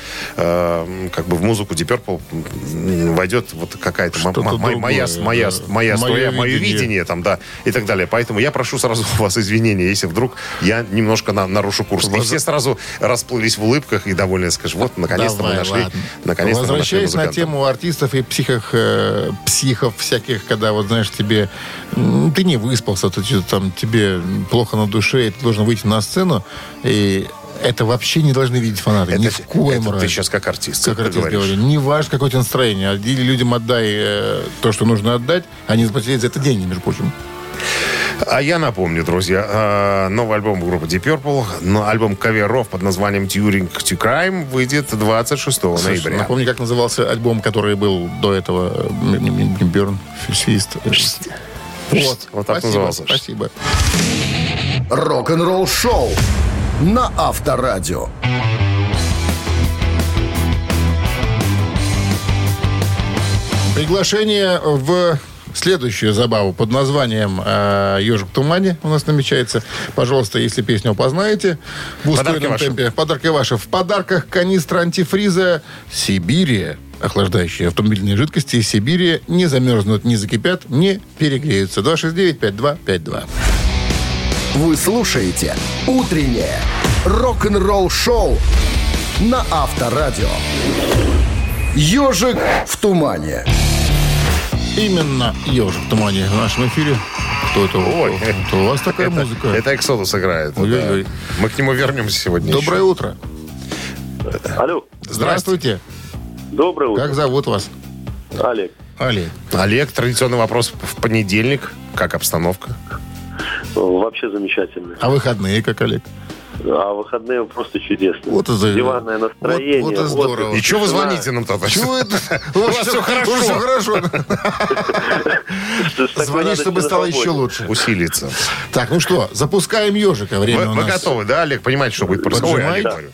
в музыку Deep Purple войдет вот какая-то моя струя, мое видение там, да, и так далее. Поэтому я прошу сразу у вас извинения, если вдруг я немножко нарушу курс. И все сразу расплылись в улыбках и довольны, скажут, вот, наконец-то мы нашли. Возвращаясь на тему артистов и психов всяких, когда, вот знаешь, ты не выспался, тебе плохо на душе, и ты должен выйти на сцену, и это вообще не должны видеть фанаты. Ни в коем разе. Ты сейчас как артист. Говорю. Не важно, какое-то настроение. Или людям отдай то, что нужно отдать, они заплатили за это деньги, между прочим. А я напомню, друзья, новый альбом группы Deep Purple, альбом каверов под названием Turing to Crime выйдет 26 ноября. Напомни, как назывался альбом, который был до этого, Burn, Fist. Вот так назывался. Спасибо. Рок-н-ролл шоу на Авторадио. Приглашение в следующую забаву под названием «Ежик в тумане» у нас намечается. Пожалуйста, если песню узнаете в ускоренном темпе. Подарки ваши. В подарках канистра антифриза «Сибирия». Охлаждающие автомобильные жидкости из Сибири не замерзнут, не закипят, не перегреются. 269-5252. Вы слушаете «Утреннее рок-н-ролл-шоу» на Авторадио. «Ежик в тумане». Именно «Ежик в тумане» в нашем эфире. Кто это? Ой, это у вас такая музыка. Это Exodus играет. Ой-ой-ой. Да. Мы к нему вернемся сегодня. Доброе утро. Алло. Здравствуйте. Доброе утро. Как зовут вас? Олег. Олег, традиционный вопрос в понедельник. Как обстановка? Вообще замечательно. А выходные как, Олег? А выходные просто чудесные. Вот и Диванное настроение. Вот и здорово. И что вы звоните нам тогда? Чего это? У вас все хорошо. Звони, чтобы стало еще лучше. Усилиться. Так, ну что, запускаем ежика. Время у Вы нас. готовы, да, Олег? Понимаете, что будет происходить? Ой, Олег, говорю.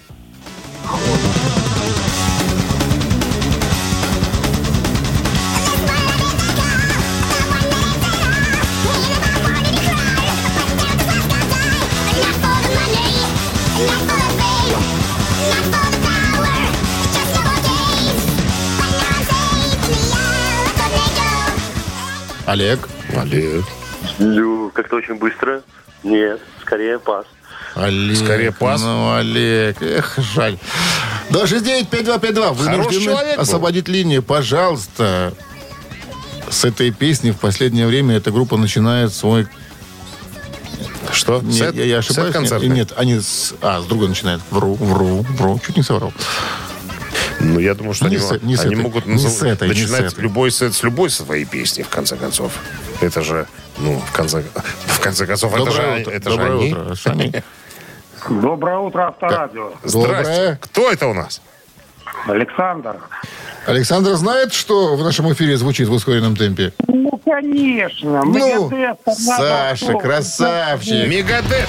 Олег. Как-то очень быстро. Нет, скорее пас. Олег. Скорее пас. Ну, Олег. Эх, жаль. 269-5252. Вынуждены человек был. освободить линию. Пожалуйста. С этой песни в последнее время эта группа начинает свой... Что? Нет, я ошибаюсь. Сет-концертный? Нет, они с другой начинают. Вру. Чуть не соврал. Ну, я думаю, что Не они могут начинать не с этой. любой сет с любой своей песни, в конце концов. Это же, в конце концов, это же они. Утро, Шани. Доброе утро, Авторадио. Доброе. Здрасте. Кто это у нас? Александр. Александр знает, что в нашем эфире звучит в ускоренном темпе? Ну, конечно. Ну, Мегадет, Саша, красавчик. Мегадет.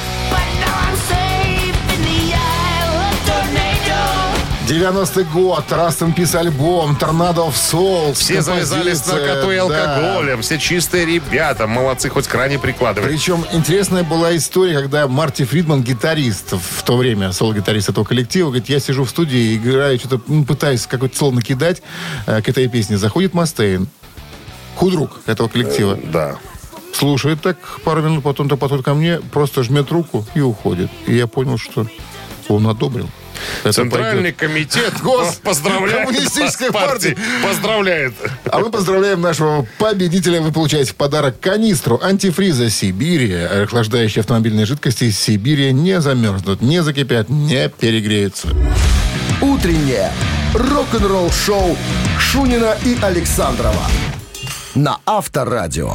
90-й год, Rust in Peace альбом, Tornado of Souls. Все завязали с наркотой и алкоголем. Все чистые ребята. Молодцы, хоть к ране прикладывают. Причем интересная была история, когда Марти Фридман, гитарист в то время, соло-гитарист этого коллектива, говорит, я сижу в студии и играю, что-то пытаюсь какое-то соло накидать к этой песне. Заходит Мастейн, худрук этого коллектива. Да. Слушает так пару минут, потом-то подходит ко мне, просто жмет руку и уходит. И я понял, что он одобрил. Это Центральный пойдет. комитет поздравляет. Коммунистической партии. Поздравляет. А мы поздравляем нашего победителя. Вы получаете в подарок канистру антифриза «Сибири». Охлаждающие автомобильные жидкости из Сибири не замерзнут, не закипят, не перегреются. Утреннее рок-н-ролл-шоу Шунина и Александрова на Авторадио.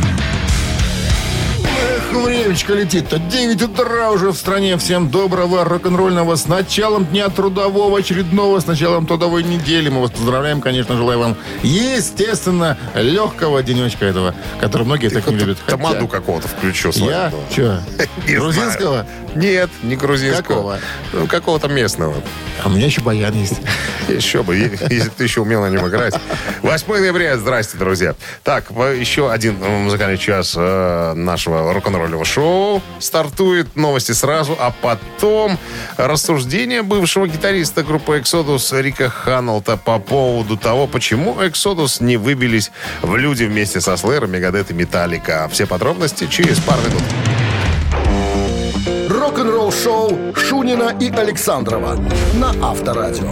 Эх, времечко летит-то. 9 утра уже в стране. Всем доброго рок-н-ролльного с началом дня трудового очередного, с началом трудовой недели. Мы вас поздравляем, конечно, желаю вам, естественно, легкого денечка этого, который многие так не любят. Тамаду какого-то включу. Я? Че? Грузинского? Нет, не грузинского. Какого? Ну, какого-то местного. А у меня еще баян есть. Еще бы, если ты еще умел на нем играть. 8 ноября, здрасте, друзья. Так, еще один музыкальный час нашего рок-н-ролльного шоу стартует. Новости сразу, а потом рассуждения бывшего гитариста группы Exodus Рика Ханнелта по поводу того, почему Exodus не выбились в люди вместе со Slayer, Megadeth и Metallica. Все подробности через пару минут. Рок-н-ролл-шоу Шунина и Александрова на Авторадио.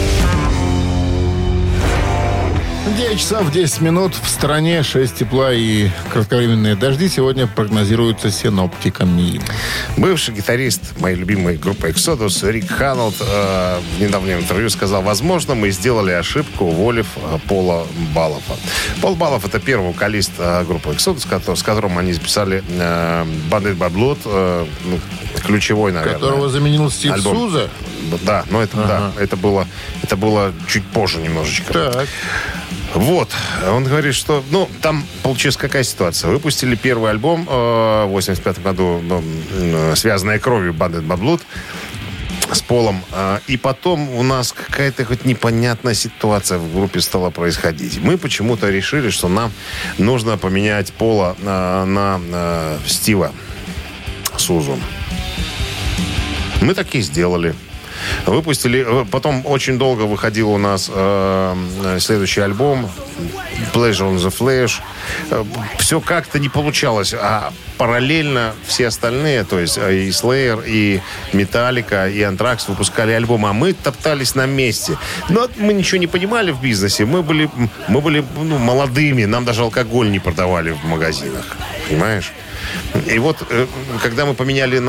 9 часов 10 минут. В стране 6 тепла и кратковременные дожди сегодня прогнозируются синоптиками. Бывший гитарист моей любимой группы Exodus Рик Ханнелт в недавнем интервью сказал, возможно, мы сделали ошибку, уволив Пола Баллофа. Пол Баллоф — это первый вокалист группы Exodus, с которым они записали Bandit by Blood, ключевой, наверное. Которого заменил Стив альбом. Суза? Да, но это было чуть позже немножечко. Так. Вот, он говорит, что, там получилась какая ситуация. Выпустили первый альбом в 85 году, «Связанная кровью», Bandit by Blood, с Полом. И потом у нас какая-то хоть непонятная ситуация в группе стала происходить. Мы почему-то решили, что нам нужно поменять Пола на Стива Сузу. Мы так и сделали. Выпустили. Потом очень долго выходил у нас следующий альбом Pleasure on the Flash. Все как-то не получалось. А параллельно все остальные, то есть и Slayer, и Metallica, и Anthrax выпускали альбомы, а мы топтались на месте. Но мы ничего не понимали в бизнесе. Мы были молодыми. Нам даже алкоголь не продавали в магазинах. Понимаешь? И вот, когда мы поменяли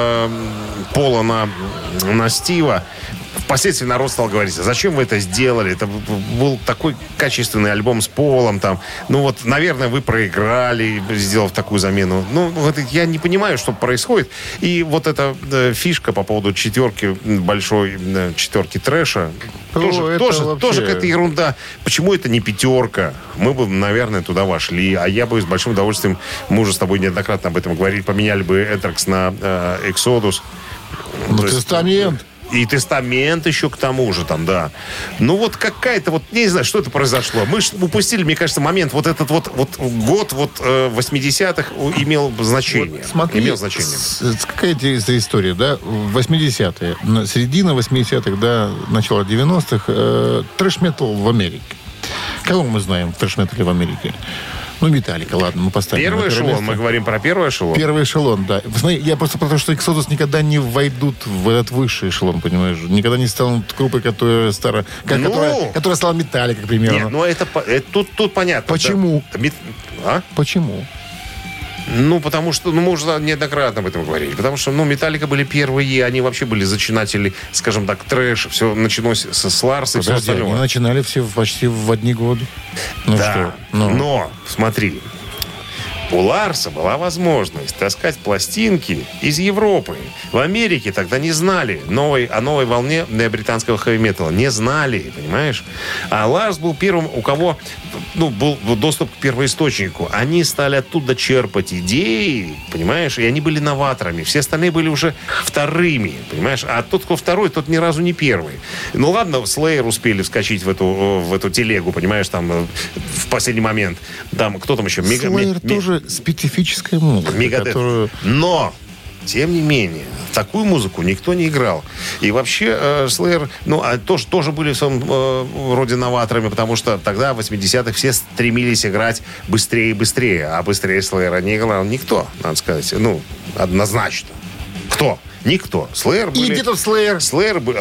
Пола на Стива, впоследствии народ стал говорить: а зачем вы это сделали? Это был такой качественный альбом с Полом. Там. Ну вот, наверное, вы проиграли, сделав такую замену. Ну, вот я не понимаю, что происходит. И вот эта фишка по поводу большой четверки трэша, тоже какая-то ерунда. Почему это не пятерка? Мы бы, наверное, туда вошли. А я бы с большим удовольствием, мы уже с тобой неоднократно об этом говорили, поменяли бы Anthrax на Exodus. Тестамент. И Тестамент еще к тому же там, да. Ну вот какая-то, вот не знаю, что это произошло. Мы упустили, мне кажется, момент, вот этот вот год 80-х имел значение. Вот, смотри, имел значение. Какая интересная история, да? 80-е, середина 80-х, да, начало 90-х, трэш-метал в Америке. Кого мы знаем в трэш-метале в Америке? Ну, Металлика, ладно, мы поставим. Первый эшелон, мы говорим про первый эшелон. Первый эшелон, да. Я просто потому, что Exodus никогда не войдут в этот высший эшелон, понимаешь? Никогда не станут группой, которая стала Металлика, к примеру. Нет, ну это тут понятно. Почему? Да? Почему? Ну, потому что, мы уже неоднократно об этом говорили. Потому что, Металлика были первые, они вообще были зачинатели, скажем так, трэш. Все началось с Ларса и все остальное. Они начинали все почти в одни годы. Ну да, что? Но, смотри, у Ларса была возможность таскать пластинки из Европы. В Америке тогда не знали о новой волне британского хэви-металла. Не знали, понимаешь? А Ларс был первым, у кого был доступ к первоисточнику. Они стали оттуда черпать идеи, понимаешь? И они были новаторами. Все остальные были уже вторыми, понимаешь? А тот, кто второй, тот ни разу не первый. Ну ладно, Slayer успели вскочить в эту телегу, понимаешь, там в последний момент. Там, кто там еще? Slayer тоже специфическая музыка, которую... Но, тем не менее, такую музыку никто не играл. И вообще Slayer, тоже были в своем роде новаторами, потому что тогда, в 80-х, все стремились играть быстрее и быстрее. А быстрее Slayer не играл никто, надо сказать. Однозначно. Кто? Никто. Slayer были... И где тут Slayer? Slayer были...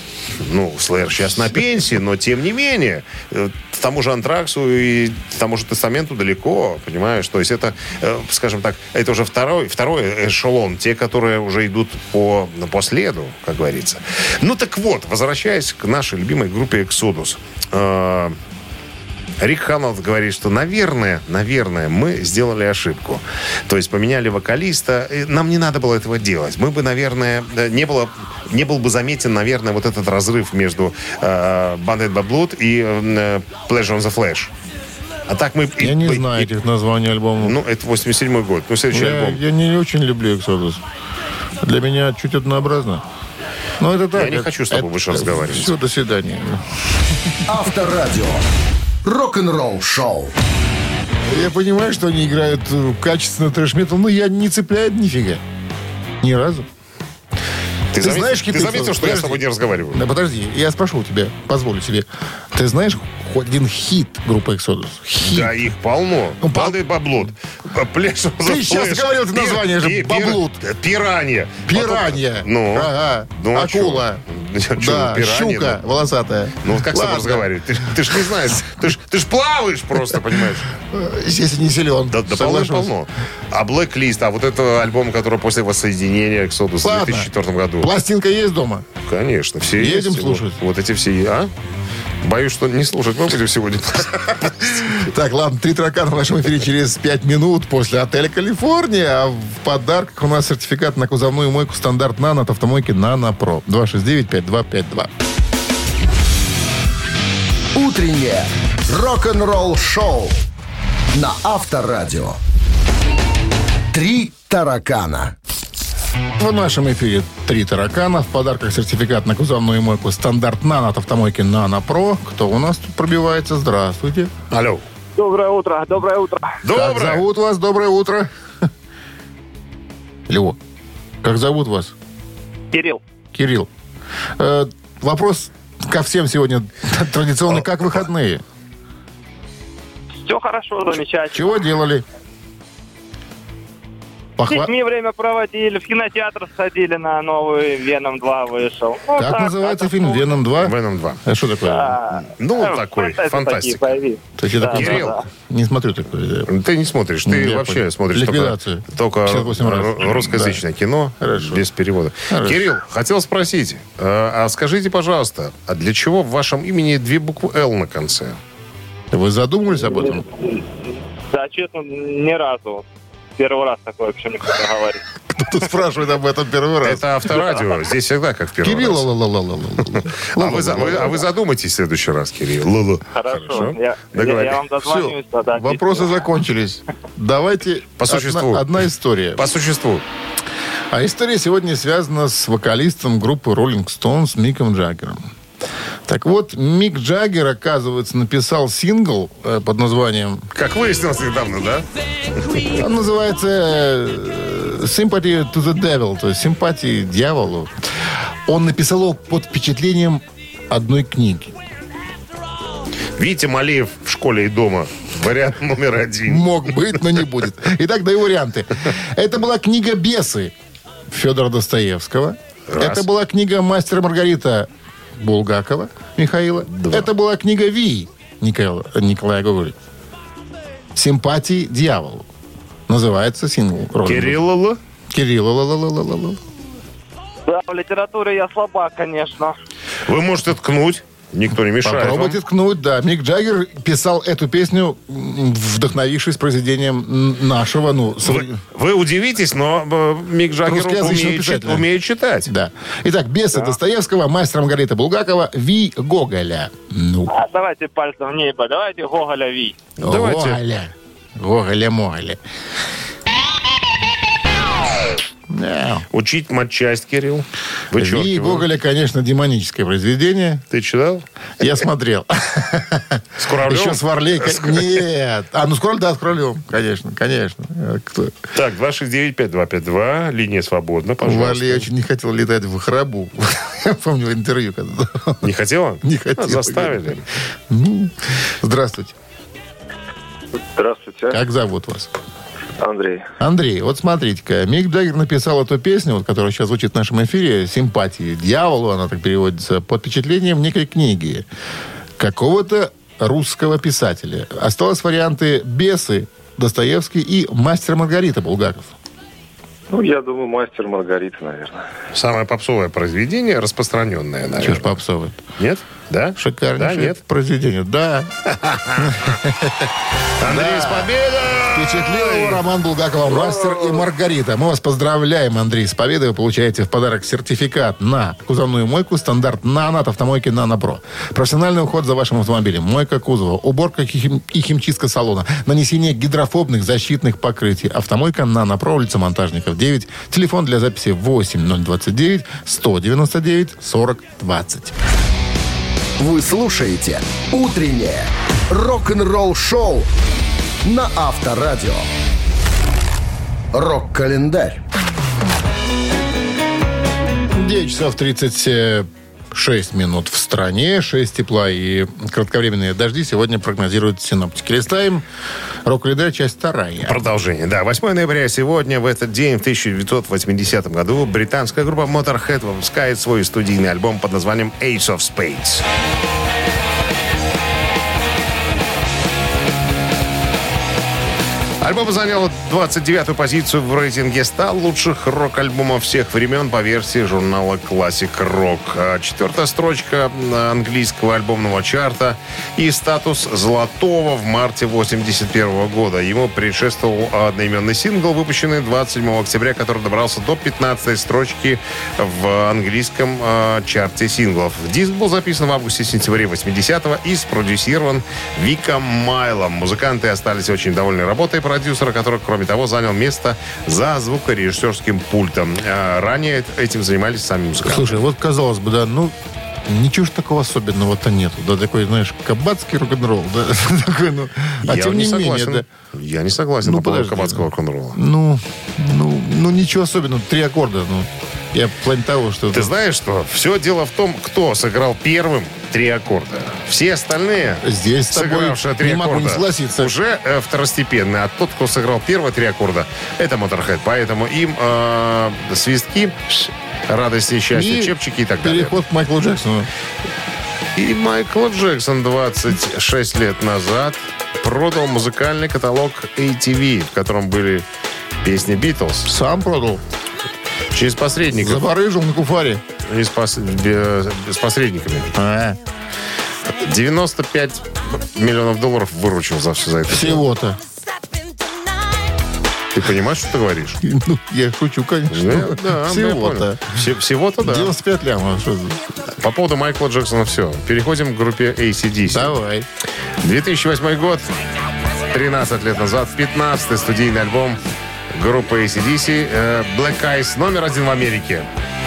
Slayer сейчас на пенсии, но тем не менее, к тому же Антраксу и к тому же Тестаменту далеко, понимаешь? То есть это, скажем так, это уже второй эшелон, те, которые уже идут по следу, как говорится. Так вот, возвращаясь к нашей любимой группе Exodus. Рик Ханнелл говорит, что, наверное, мы сделали ошибку. То есть поменяли вокалиста. Нам не надо было этого делать. Мы бы, наверное, не был бы заметен, наверное, вот этот разрыв между Band-Aid by Blood и Pleasure on the Flash. А так мы... Я не знаю этих названий альбомов. Это 87-й год. Следующий альбом. Я не очень люблю Exodus. Для меня чуть однообразно. Но это так. Я не хочу с тобой больше разговаривать. Все, до свидания. Авторадио. Рок-н-ролл шоу. Я понимаю, что они играют качественно трэш-метал, но я не цепляет нифига. Ни разу. Ты заметил, что я с тобой не разговариваю? Да подожди, я спрошу у тебя, позволю тебе. Ты знаешь хоть один хит группы Exodus? Хит. Да, их полно. Band-Aid by Blood. Ты сейчас говорил это название же. Баблуд. Пиранья. Ага. А Акула. Да, щука волосатая. Как с тобой разговаривать? Ты ж не знаешь. Ты ж плаваешь просто, понимаешь? Если не силен. Да, полно. А Blacklist, вот это альбом, который после воссоединения Exodus в 2004 году. Пластинка есть дома? Конечно, все есть. Едем слушать. Вот эти все, Боюсь, что не слушать мы будем сегодня. Так, ладно, 3 таракана в нашем эфире через 5 минут после отеля «Калифорния». А в подарках у нас сертификат на кузовную мойку «Стандарт Нано» от автомойки «Нано Про». 269-5252. Утреннее рок-н-ролл шоу на Авторадио. 3 таракана. В нашем эфире 3 таракана. В подарках сертификат на кузовную мойку «Стандарт Нано» от автомойки «Нано Про». Кто у нас тут пробивается? Здравствуйте. Алло. Доброе утро. Как зовут вас? Доброе утро. Лево, как зовут вас? Кирилл. Кирилл. Вопрос ко всем сегодня традиционный, как выходные? Все хорошо, замечательно. Чего делали? С детьми время проводили, в кинотеатр сходили на новый «Веном 2» вышел. Ну, как называется фильм? «Веном 2»? «Веном 2». А что такое? Такой, фантастик. Кирилл, не смотрю такое. Ты не смотришь, ты вообще смотришь только русскоязычное кино, без перевода. Кирилл, хотел спросить, а скажите, пожалуйста, а для чего в вашем имени 2 буквы «Л» на конце? Вы задумывались об этом? Да, честно, ни разу. Первый раз такое, вообще никто не говорит. Кто-то спрашивает об этом первый раз. Это Авторадио. Здесь всегда как в первый раз. Кирилл, а вы задумайтесь в следующий раз, Кирилл. Хорошо. Я вам дозвонюсь. Вопросы закончились. Давайте по существу. Одна история. По существу. А история сегодня связана с вокалистом группы Rolling Stones Миком Джаггером. Так вот, Мик Джаггер, оказывается, написал сингл под названием... Как выяснилось недавно, да? Он называется «Sympathy to the Devil», то есть «Симпатии дьяволу». Он написал его под впечатлением одной книги. Витя Малеев в школе и дома. Вариант номер 1. Мог быть, но не будет. Итак, даю варианты. Это была книга «Бесы» Федора Достоевского. Это была книга «Мастер и Маргарита» Булгакова Михаила. 2. Это была книга «Ви» Николая Гоголя. «Симпатии дьяволу». Называется сингл. Кирилл. Да, в литературе я слабак, конечно. Вы можете ткнуть. Никто не мешает. Попробуйте ткнуть, да. Мик Джаггер писал эту песню, вдохновившись произведением нашего, Вы удивитесь, но Мик Джаггер умеет читать. Да. Итак, «Бесы» Достоевского, «Мастер Маргарита» Булгакова, «Ви» Гоголя. А давайте пальцем в небо, давайте Гоголя «Ви». Давайте. Гоголя-моголя. Учить матчасть, Кирилл. «Ви» Гоголя, конечно, демоническое произведение. Ты читал? Я смотрел. С Куравлевым? Еще с Варлей. Нет. С Куравлевым. Конечно. Кто? Так, 269-5252. Линия свободна, пожалуйста. Варлей очень не хотел летать в храбу. Я помню интервью. Не хотела? Не хотела. Заставили. Здравствуйте. Здравствуйте. Как зовут вас? Андрей, вот смотрите-ка. Мик Джаггер написал эту песню, которая сейчас звучит в нашем эфире, «Симпатии дьяволу», она так переводится, под впечатлением некой книги какого-то русского писателя. Осталось варианты «Бесы» Достоевский и «Мастер Маргарита» Булгаков. Я думаю, «Мастер Маргарита», наверное. Самое попсовое произведение, распространенное, наверное. Чего ж попсовое? Нет? Да? Шикарнейшее произведение. Да. Андрей, с победой! Впечатлил его роман Булгакова «Мастер и Маргарита». Мы вас поздравляем, Андрей, с победой. Вы получаете в подарок сертификат на кузовную мойку стандарт «Нано» от автомойки «Нано Про». Профессиональный уход за вашим автомобилем, мойка кузова, уборка и химчистка салона, нанесение гидрофобных защитных покрытий. Автомойка «Нано Про», улица Монтажников, 9. Телефон для записи 8029 199 40 20. Вы слушаете «Утреннее рок-н-ролл-шоу» на Авторадио. Рок-календарь. 9 часов 36 минут в стране. 6 тепла и кратковременные дожди сегодня прогнозируют синоптики. Листаем рок-календарь, часть 2. Продолжение. Да, 8 ноября сегодня, в этот день, в 1980 году, британская группа Motorhead выпускает свой студийный альбом под названием Ace of Spades. Альбом занял 29-ю позицию в рейтинге 100 лучших рок-альбомов всех времен по версии журнала Classic Rock. 4-я строчка английского альбомного чарта и статус золотого в марте 1981 года. Ему предшествовал одноименный сингл, выпущенный 27 октября, который добрался до 15-й строчки в английском чарте синглов. Диск был записан в августе-сентябре 80-го и спродюсирован Виком Майлом. Музыканты остались очень довольны работой продюсера, который, кроме того, занял место за звукорежиссерским пультом. Ранее этим занимались сами музыканты. Слушай, вот казалось бы, да, ничего ж такого особенного-то нету. Да, такой, знаешь, кабацкий рок-н-ролл. Да, такой, тем не менее, да. Я не согласен по поводу кабацкого рок-н-ролла. Ничего особенного. 3 аккорда, Я в плане того, что... Ты знаешь, что все дело в том, кто сыграл первым 3 аккорда. Все остальные, здесь с тобой сыгравшие 3 не могу аккорда, не согласиться. уже второстепенные. А тот, кто сыграл первые 3 аккорда, это Motorhead. Поэтому им свистки, радости, счастья, чепчики и так далее. Переход к Майклу Джексону. И Майкл Джексон 26 лет назад продал музыкальный каталог ATV, в котором были песни Битлз. Сам продал. Через посредников. Забарыжил на куфаре. И с посредниками. 95 миллионов долларов выручил за все за это. Всего-то. Ты понимаешь, что ты говоришь? Ну, я шучу, конечно. Да, всего-то. Всего-то, да. 95 лямов. По поводу Майкла Джексона все. Переходим к группе AC/DC. Давай. 2008 год. 13 лет назад. 15-й студийный альбом группы AC/DC. Black Eyes. номер 1 в Америке.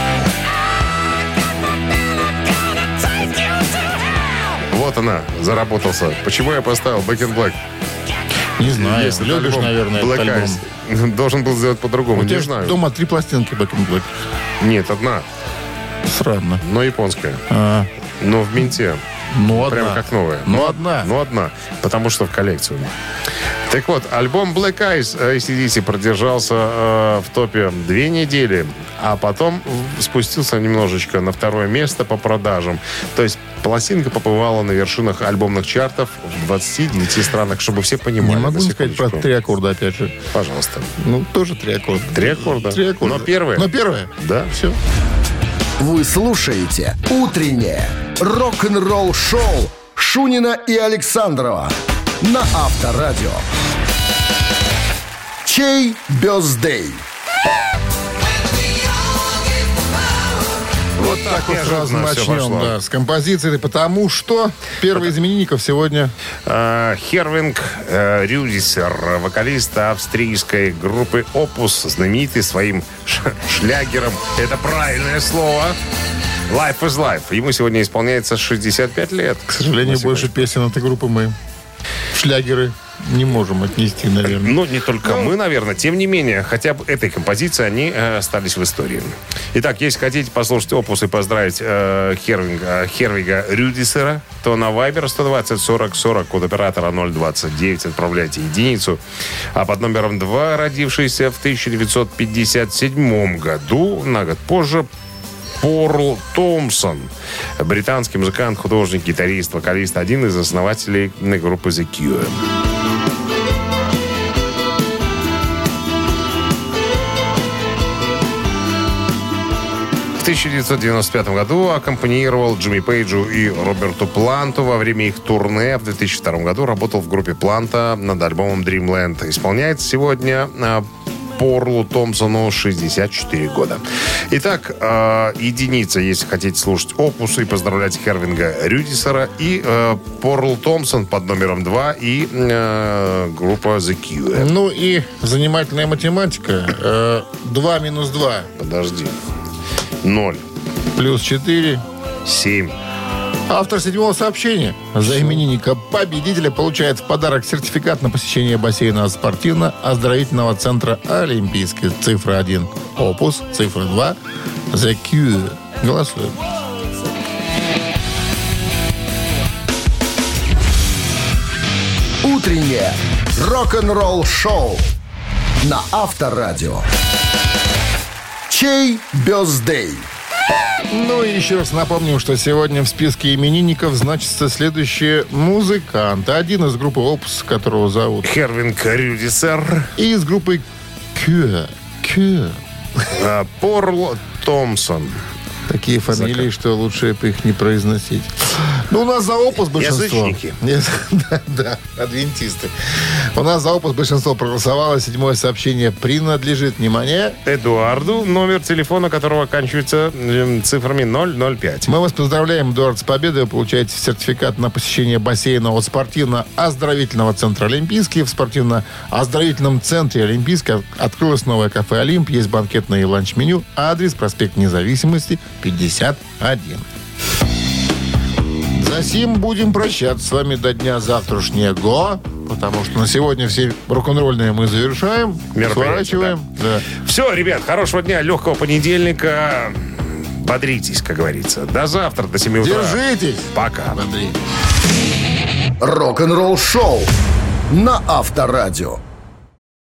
Вот она, заработался. Почему я поставил Back in Black? Не знаю. Если любишь, альбом наверное, Black этот альбом. Eyes должен был сделать по-другому. У тебя Не знаю. дома 3 пластинки Back in Black. Нет, одна. Странно. Но японская. Но в менте. Ну, одна. Прям как новая. Ну, одна. Ну, одна. Потому что в коллекцию. Так вот, альбом Black Eyes AC/DC продержался в топе 2 недели, а потом спустился немножечко на 2 место по продажам. То есть пластинка побывала на вершинах альбомных чартов в 29 странах, чтобы все понимали. Не могу сказать про 3 аккорда, опять же. Пожалуйста. Ну, тоже 3 аккорда. 3 аккорда? 3 аккорда. Но первые? Но первые? Да. Все. Вы слушаете «Утреннее рок-н-ролл-шоу» Шунина и Александрова на Авторадио. Чей бездей? Вот так вот сразу неожиданно всё начнем, пошло. да, с композиции, потому что первый из именинников сегодня... Хервинг Рюдисер, вокалист австрийской группы Opus, знаменитый своим шлягером. Это правильное слово. Life is Life. Ему сегодня исполняется 65 лет. К сожалению, больше песен этой группы мы в шлягеры не можем отнести, наверное. Ну, не только мы, наверное. Тем не менее, хотя бы этой композиции они остались в истории. Итак, если хотите послушать Opus и поздравить Хервинга Рюдисера, то на Viber 120 40 40, код оператора 029, отправляйте единицу. А под номером 2, родившийся в 1957 году, на год позже, Порл Томпсон. Британский музыкант, художник, гитарист, вокалист, один из основателей группы The Cure. В 1995 году аккомпанировал Джимми Пейджу и Роберту Планту во время их турне. В 2002 году работал в группе Планта над альбомом Dreamland. Исполняет сегодня Порлу Томпсону 64 года. Итак, единица, если хотите слушать Opus и поздравлять Хервинга Рюдисера, и Порл Томпсон под номером 2 и группа The Cure. Ну и занимательная математика. 2 минус 2. Подожди. 0. Плюс 4. 7. Автор 7-го сообщения за именинника победителя получает в подарок сертификат на посещение бассейна спортивно-оздоровительного центра «Олимпийский». Цифра 1 «Опус», цифра 2 «The Cure». Голосуем. Утреннее рок-н-ролл-шоу на Авторадио. Чей бездей? Ну и еще раз напомним, что сегодня в списке именинников значатся следующие музыканты. Один из группы Opus, которого зовут Хервинг Рюдисер. И из группы Cure. Порл Томпсон. Такие фамилии, что лучше бы их не произносить. Ну, у нас за Opus большинство. Язычники. Да, адвентисты. У нас за Opus большинство проголосовало. 7-е сообщение принадлежит, внимание, Эдуарду, номер телефона которого оканчивается цифрами 005. Мы вас поздравляем, Эдуард, с победой. Вы получаете сертификат на посещение бассейна от спортивно-оздоровительного центра «Олимпийский». В спортивно-оздоровительном центре «Олимпийский» открылось новое кафе «Олимп». Есть банкетное и ланч-меню. Адрес: проспект Независимости, 51. За сим будем прощаться с вами до дня завтрашнего. Потому что на сегодня все рок-н-ролльные мы завершаем. Сворачиваем. Да. Все, ребят, хорошего дня, легкого понедельника. Бодритесь, как говорится. До завтра, до 7 утра. Держитесь. Пока. Рок-н-ролл шоу на Авторадио.